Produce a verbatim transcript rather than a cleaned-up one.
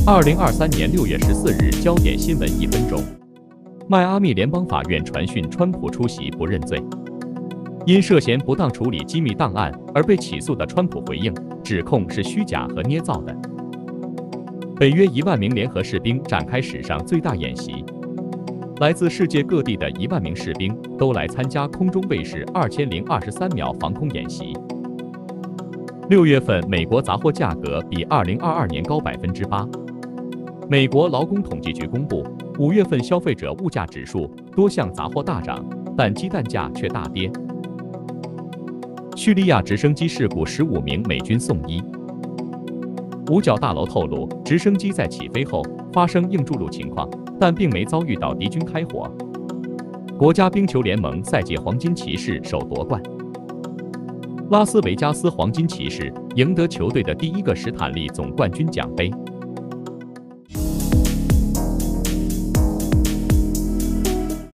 二零二三年六月十四日，焦点新闻一分钟。迈阿密联邦法院传讯川普出席不认罪，因涉嫌不当处理机密档案而被起诉的川普回应，指控是虚假和捏造的。北约一万名联合士兵展开史上最大演习，来自世界各地的一万名士兵都来参加空中卫士二千零二十三秒防空演习。六月份，美国杂货价格比二零二二年高百分之八。美国劳工统计局公布，五月份消费者物价指数多项杂货大涨，但鸡蛋价却大跌。叙利亚直升机事故，十五名美军送医。五角大楼透露，直升机在起飞后发生硬着陆情况，但并没遭遇到敌军开火。国家冰球联盟赛季黄金骑士首夺冠。拉斯维加斯黄金骑士赢得球队的第一个史坦利总冠军奖杯。